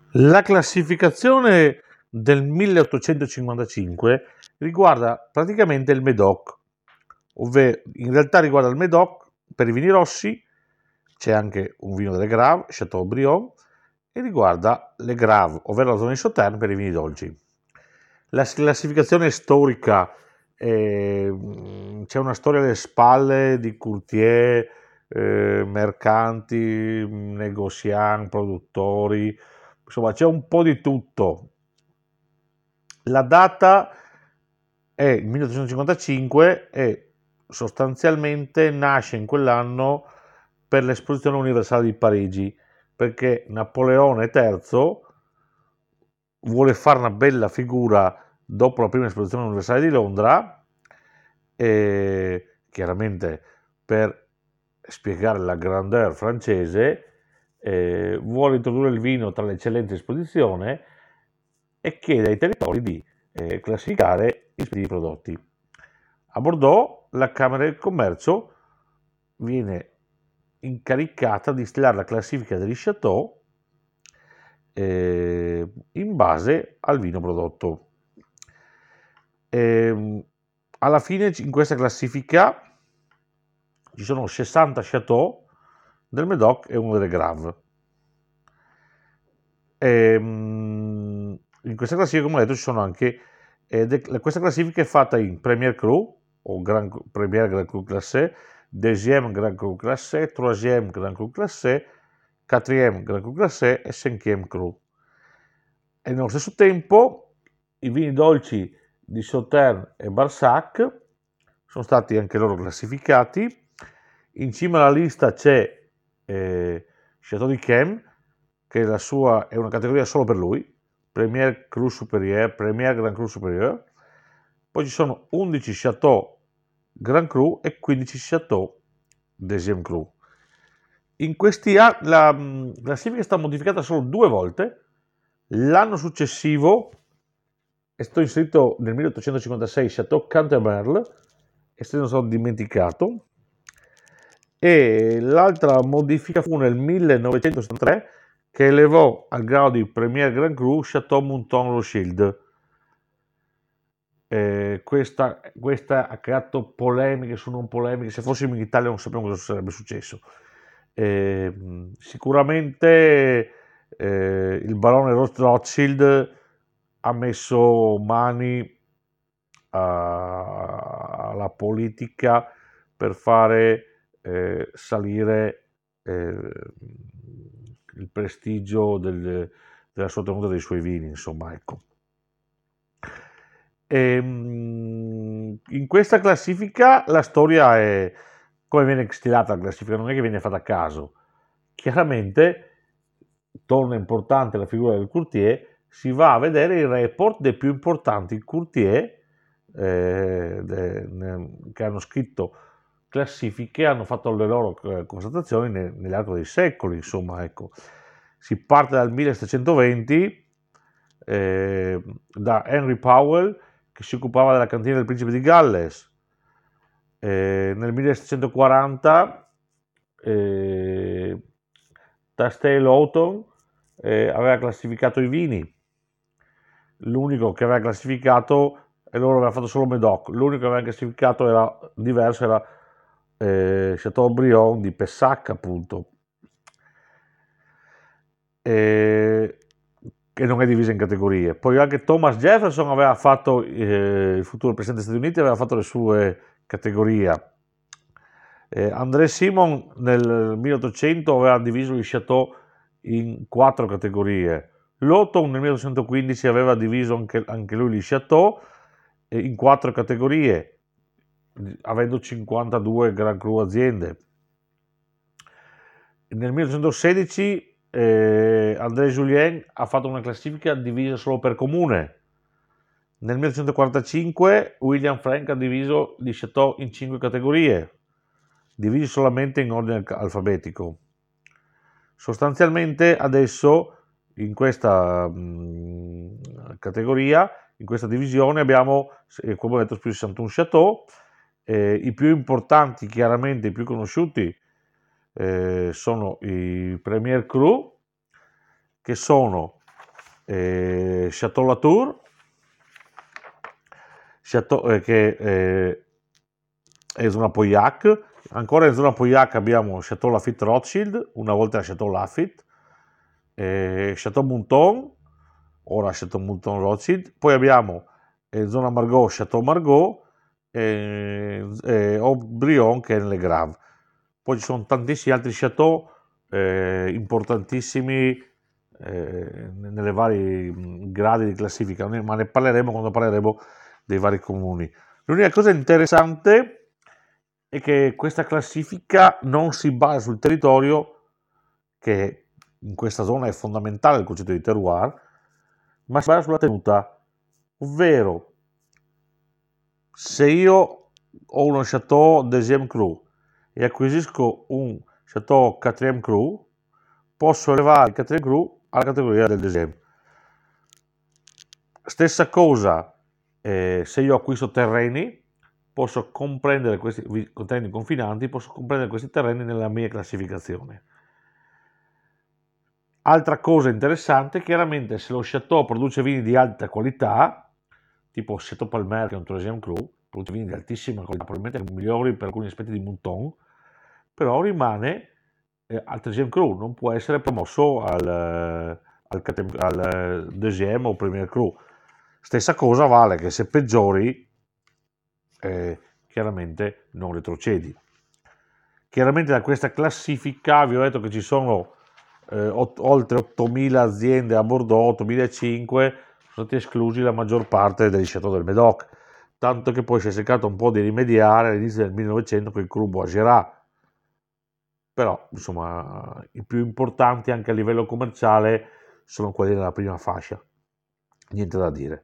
La classificazione del 1855 riguarda praticamente il Médoc, ovvero in realtà riguarda il Médoc per i vini rossi, c'è anche un vino delle Grave, Chateaubriand, e riguarda le Grave, ovvero la zona di Sauternes per i vini dolci. La classificazione storica, c'è una storia alle spalle di courtier, mercanti, negozianti, produttori, insomma c'è un po' di tutto. La data è il 1855 e sostanzialmente nasce in quell'anno per l'esposizione universale di Parigi, perché Napoleone III vuole fare una bella figura dopo la prima esposizione universale di Londra, e chiaramente per spiegare la grandeur francese, vuole introdurre il vino tra le eccellenze di esposizione e chiede ai territori di classificare i rispettivi prodotti. A Bordeaux la Camera del Commercio viene incaricata di stilare la classifica degli chateau in base al vino prodotto. Alla fine in questa classifica ci sono 60 chateau del Médoc e uno delle Grave. In questa classifica, come ho detto, ci sono anche questa classifica è fatta in Premier Cru o Premier Grand Cru Classé, Deuxième Grand Cru Classé, Troisième Grand Cru Classé, Quatrième Grand Cru Classé e Cinquième Cru. E nello stesso tempo i vini dolci di Sauternes e Barsac sono stati anche loro classificati. In cima alla lista c'è Château d'Yquem, che è una categoria solo per lui, Premier Cru Supérieur, Premier Grand Cru Supérieur. Poi ci sono 11 Chateau Grand Cru e 15 Chateau Deuxième Cru. In questi anni la classifica è stata modificata solo 2 volte. L'anno successivo è stato inserito nel 1856 Chateau Cantemerle, e se ne sono dimenticato, e l'altra modifica fu nel 1973 che elevò al grado di Premier Grand Cru Chateau Mouton Rothschild. Questa ha creato polemiche su non polemiche, se fossimo in Italia non sappiamo cosa sarebbe successo. Sicuramente il barone Rothschild ha messo mani alla politica per fare salire il prestigio della sua tenuta dei suoi vini, insomma, ecco. In questa classifica la storia è come viene stilata la classifica, non è che viene fatta a caso. Chiaramente torna importante la figura del courtier, si va a vedere il report dei più importanti courtier che hanno scritto classifiche, hanno fatto le loro constatazioni nell'arco dei secoli, insomma, ecco. Si parte dal 1720 da Henry Powell, che si occupava della cantina del principe di Galles. Nel 1740 Tastel Houghton aveva classificato i vini. L'unico che aveva classificato, e loro avevano fatto solo Médoc, l'unico che aveva classificato era diverso, era Chateaubriand di Pessac, appunto, che non è divisa in categorie. Poi anche Thomas Jefferson aveva fatto, il futuro presidente degli Stati Uniti, aveva fatto le sue categorie. André Simon nel 1800 aveva diviso gli Chateau in 4 categorie. Lawton nel 1815 aveva diviso anche lui gli Chateau in 4 categorie, avendo 52 Grand Cru aziende. Nel 1816 André Julien ha fatto una classifica divisa solo per comune. Nel 1845 William Frank ha diviso gli Chateau in 5 categorie, divisi solamente in ordine alfabetico. Sostanzialmente adesso in questa categoria, in questa divisione abbiamo, come ho detto, più 61 Chateau. I più importanti, chiaramente i più conosciuti, sono i Premier Cru, che sono Chateau Latour, che è zona Pauillac. Ancora in zona Pauillac abbiamo Chateau Lafite Rothschild, una volta Chateau Lafite, Chateau Mouton, ora Chateau Mouton Rothschild. Poi abbiamo zona Margaux, Chateau Margaux, Aubryon che è nelle Grave. Poi ci sono tantissimi altri chateau importantissimi nelle vari gradi di classifica, ma ne parleremo quando parleremo dei vari comuni. L'unica cosa interessante è che questa classifica non si basa sul territorio, che in questa zona è fondamentale il concetto di terroir, ma si basa sulla tenuta, ovvero se io ho uno chateau deuxième cru e acquisisco un chateau quatrième cru, posso elevare il quatrième cru alla categoria del deuxième. Stessa cosa se io acquisto terreni, posso comprendere questi terreni confinanti, posso comprendere questi terreni nella mia classificazione. Altra cosa interessante, chiaramente se lo chateau produce vini di alta qualità, tipo Chateau Palmer che è un troisième cru, produce vini di altissima qualità, probabilmente migliori per alcuni aspetti di Mouton, però rimane al troisième cru, non può essere promosso al deuxième o premier cru. Stessa cosa vale che se peggiori chiaramente non retrocedi. Chiaramente da questa classifica vi ho detto che ci sono oltre 8.000 aziende a Bordeaux, 8.500, sono stati esclusi la maggior parte degli Chateau del Médoc, tanto che poi si è cercato un po' di rimediare all'inizio del 1900 con il Cru Boisgerat. Però insomma i più importanti anche a livello commerciale sono quelli della prima fascia, niente da dire.